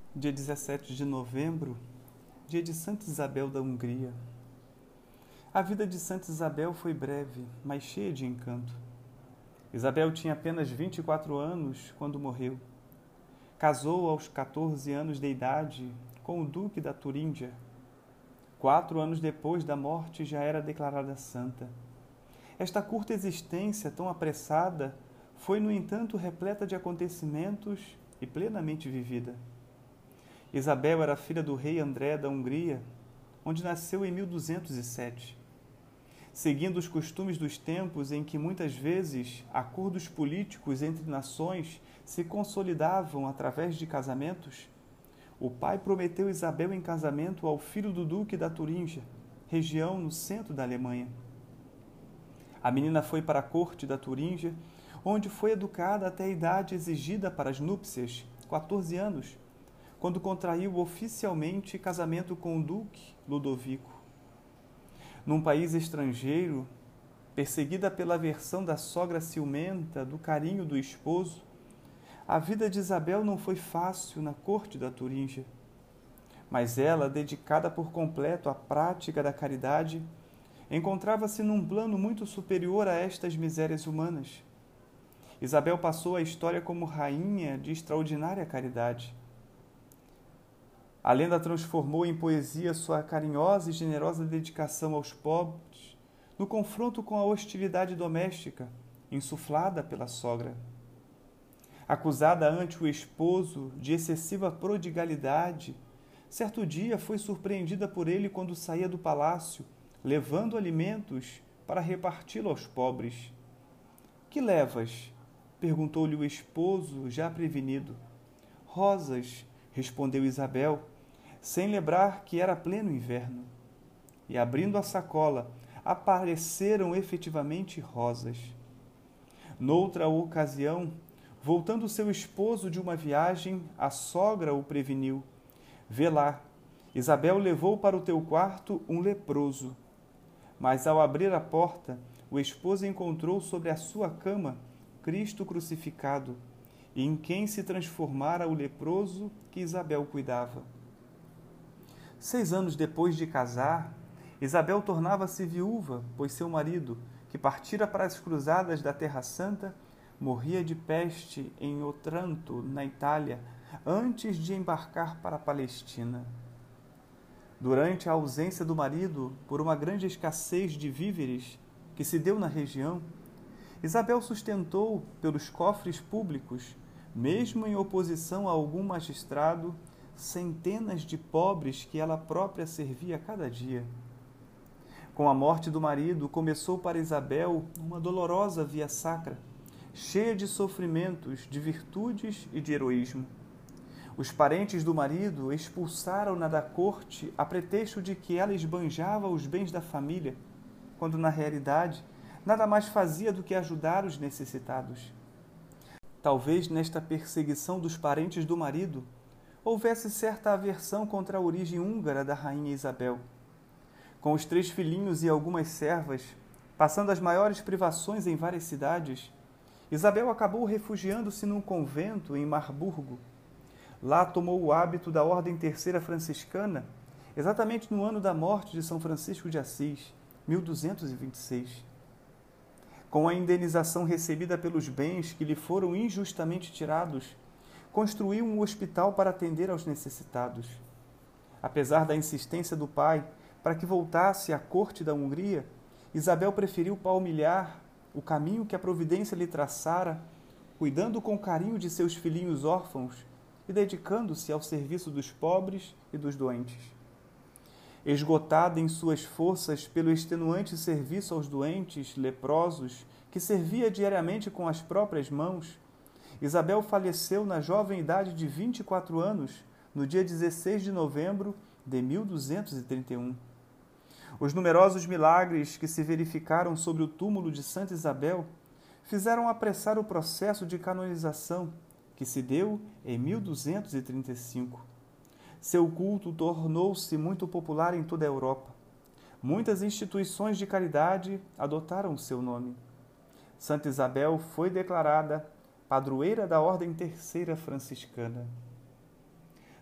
Dia 17 de novembro, dia de Santa Isabel da Hungria. A vida de Santa Isabel foi breve, mas cheia de encanto. Isabel tinha apenas 24 anos quando morreu. Casou aos 14 anos de idade com o Duque da Turíngia. 4 anos depois da morte já era declarada santa. Esta curta existência tão apressada foi, no entanto, repleta de acontecimentos e plenamente vivida. Isabel era filha do rei André da Hungria, onde nasceu em 1207. Seguindo os costumes dos tempos em que muitas vezes acordos políticos entre nações se consolidavam através de casamentos, o pai prometeu Isabel em casamento ao filho do duque da Turíngia, região no centro da Alemanha. A menina foi para a corte da Turíngia, onde foi educada até a idade exigida para as núpcias, 14 anos, quando contraiu oficialmente casamento com o duque Ludovico. Num país estrangeiro, perseguida pela aversão da sogra ciumenta do carinho do esposo, a vida de Isabel não foi fácil na corte da Turíngia. Mas ela, dedicada por completo à prática da caridade, encontrava-se num plano muito superior a estas misérias humanas. Isabel passou a história como rainha de extraordinária caridade. A lenda transformou em poesia sua carinhosa e generosa dedicação aos pobres, no confronto com a hostilidade doméstica, insuflada pela sogra. Acusada ante o esposo de excessiva prodigalidade, certo dia foi surpreendida por ele quando saía do palácio, levando alimentos para reparti-lo aos pobres. "Que levas?" perguntou-lhe o esposo, já prevenido. "Rosas", respondeu Isabel, sem lembrar que era pleno inverno. E, abrindo a sacola, apareceram efetivamente rosas. Noutra ocasião, voltando seu esposo de uma viagem, a sogra o preveniu. "Vê lá, Isabel levou para o teu quarto um leproso." Mas, ao abrir a porta, o esposo encontrou sobre a sua cama Cristo crucificado, e em quem se transformara o leproso que Isabel cuidava. 6 anos depois de casar, Isabel tornava-se viúva, pois seu marido, que partira para as cruzadas da Terra Santa, morria de peste em Otranto, na Itália, antes de embarcar para a Palestina. Durante a ausência do marido, por uma grande escassez de víveres que se deu na região, Isabel sustentou, pelos cofres públicos, mesmo em oposição a algum magistrado, centenas de pobres que ela própria servia cada dia. Com a morte do marido, começou para Isabel uma dolorosa via sacra, cheia de sofrimentos, de virtudes e de heroísmo. Os parentes do marido expulsaram-na da corte a pretexto de que ela esbanjava os bens da família, quando, na realidade, nada mais fazia do que ajudar os necessitados. Talvez nesta perseguição dos parentes do marido houvesse certa aversão contra a origem húngara da rainha Isabel. Com os 3 filhinhos e algumas servas, passando as maiores privações em várias cidades, Isabel acabou refugiando-se num convento em Marburgo. Lá tomou o hábito da Ordem Terceira Franciscana, exatamente no ano da morte de São Francisco de Assis, 1226. Com a indenização recebida pelos bens que lhe foram injustamente tirados, construiu um hospital para atender aos necessitados. Apesar da insistência do pai para que voltasse à corte da Hungria, Isabel preferiu palmilhar o caminho que a providência lhe traçara, cuidando com carinho de seus filhinhos órfãos e dedicando-se ao serviço dos pobres e dos doentes. Esgotada em suas forças pelo extenuante serviço aos doentes, leprosos, que servia diariamente com as próprias mãos, Isabel faleceu na jovem idade de 24 anos, no dia 16 de novembro de 1231. Os numerosos milagres que se verificaram sobre o túmulo de Santa Isabel fizeram apressar o processo de canonização, que se deu em 1235. Seu culto tornou-se muito popular em toda a Europa. Muitas instituições de caridade adotaram seu nome. Santa Isabel foi declarada padroeira da Ordem Terceira Franciscana.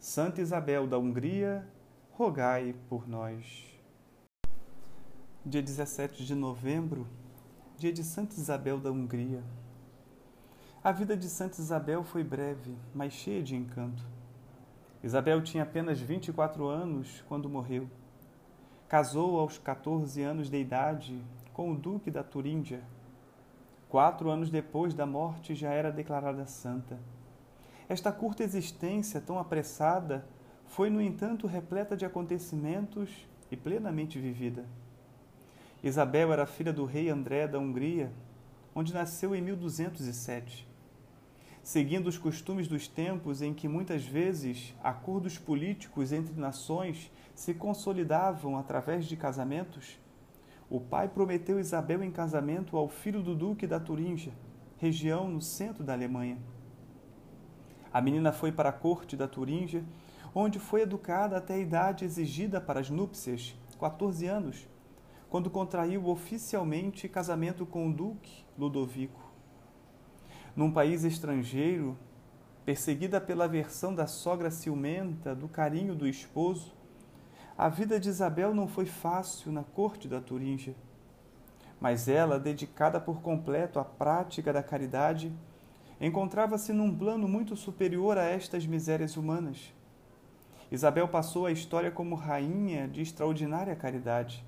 Santa Isabel da Hungria, rogai por nós. Dia 17 de novembro, dia de Santa Isabel da Hungria. A vida de Santa Isabel foi breve, mas cheia de encanto. Isabel tinha apenas 24 anos quando morreu. Casou aos 14 anos de idade com o Duque da Turíngia. 4 anos depois da morte já era declarada santa. Esta curta existência tão apressada foi, no entanto, repleta de acontecimentos e plenamente vivida. Isabel era filha do rei André da Hungria, onde nasceu em 1207. Seguindo os costumes dos tempos em que muitas vezes acordos políticos entre nações se consolidavam através de casamentos, o pai prometeu Isabel em casamento ao filho do Duque da Turíngia, região no centro da Alemanha. A menina foi para a corte da Turíngia, onde foi educada até a idade exigida para as núpcias, 14 anos, quando contraiu oficialmente casamento com o Duque Ludovico. Num país estrangeiro, perseguida pela aversão da sogra ciumenta, do carinho do esposo, a vida de Isabel não foi fácil na corte da Turíngia. Mas ela, dedicada por completo à prática da caridade, encontrava-se num plano muito superior a estas misérias humanas. Isabel passou a história como rainha de extraordinária caridade.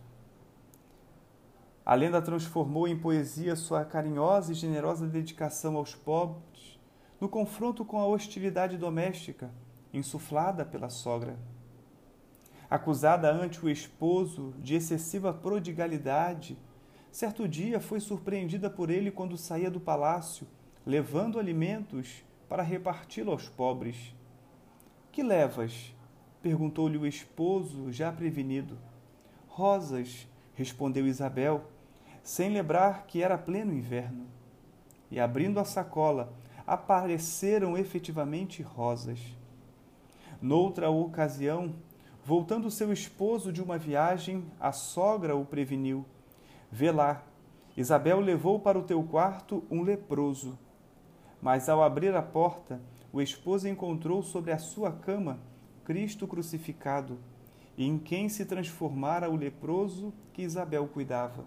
A lenda transformou em poesia sua carinhosa e generosa dedicação aos pobres, no confronto com a hostilidade doméstica, insuflada pela sogra. Acusada ante o esposo de excessiva prodigalidade, certo dia foi surpreendida por ele quando saía do palácio, levando alimentos para reparti-lo aos pobres. — Que levas? Perguntou-lhe o esposo, já prevenido. — Rosas, respondeu Isabel, sem lembrar que era pleno inverno. E, abrindo a sacola, apareceram efetivamente rosas. Noutra ocasião, voltando seu esposo de uma viagem, a sogra o preveniu. — Vê lá, Isabel levou para o teu quarto um leproso. Mas, ao abrir a porta, o esposo encontrou sobre a sua cama Cristo crucificado, e em quem se transformara o leproso que Isabel cuidava.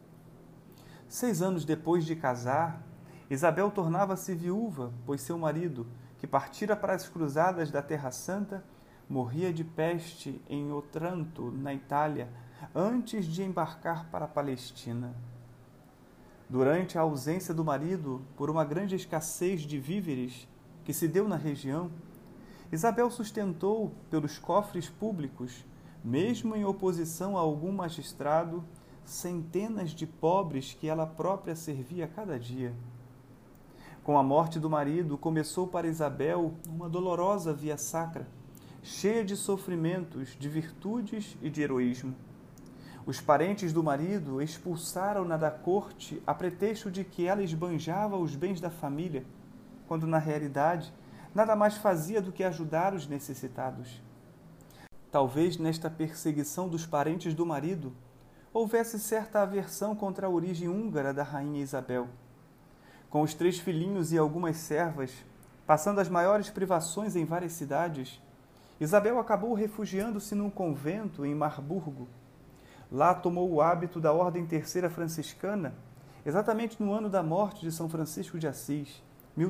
6 anos depois de casar, Isabel tornava-se viúva, pois seu marido, que partira para as cruzadas da Terra Santa, morria de peste em Otranto, na Itália, antes de embarcar para a Palestina. Durante a ausência do marido, por uma grande escassez de víveres que se deu na região, Isabel sustentou, pelos cofres públicos, mesmo em oposição a algum magistrado, centenas de pobres que ela própria servia cada dia. Com a morte do marido, começou para Isabel uma dolorosa via sacra, cheia de sofrimentos, de virtudes e de heroísmo. Os parentes do marido expulsaram-na da corte a pretexto de que ela esbanjava os bens da família, quando, na realidade, nada mais fazia do que ajudar os necessitados. Talvez nesta perseguição dos parentes do marido houvesse certa aversão contra a origem húngara da rainha Isabel. Com os 3 filhinhos e algumas servas, passando as maiores privações em várias cidades, Isabel acabou refugiando-se num convento em Marburgo. Lá tomou o hábito da Ordem Terceira Franciscana, exatamente no ano da morte de São Francisco de Assis,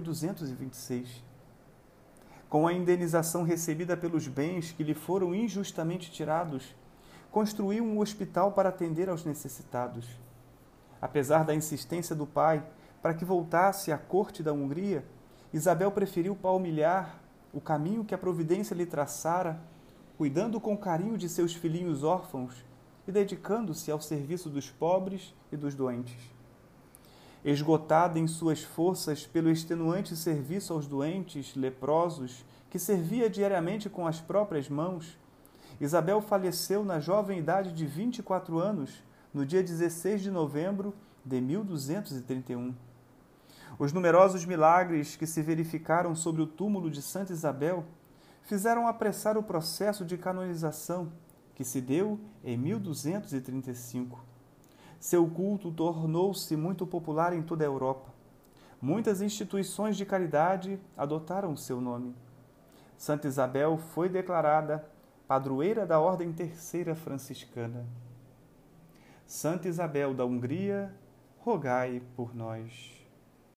1226. Com a indenização recebida pelos bens que lhe foram injustamente tirados, construiu um hospital para atender aos necessitados. Apesar da insistência do pai para que voltasse à corte da Hungria, Isabel preferiu palmilhar o caminho que a providência lhe traçara, cuidando com carinho de seus filhinhos órfãos e dedicando-se ao serviço dos pobres e dos doentes. Esgotada em suas forças pelo extenuante serviço aos doentes, leprosos, que servia diariamente com as próprias mãos, Isabel faleceu na jovem idade de 24 anos, no dia 16 de novembro de 1231. Os numerosos milagres que se verificaram sobre o túmulo de Santa Isabel fizeram apressar o processo de canonização, que se deu em 1235. Seu culto tornou-se muito popular em toda a Europa. Muitas instituições de caridade adotaram seu nome. Santa Isabel foi declarada padroeira da Ordem Terceira Franciscana. Santa Isabel da Hungria, rogai por nós.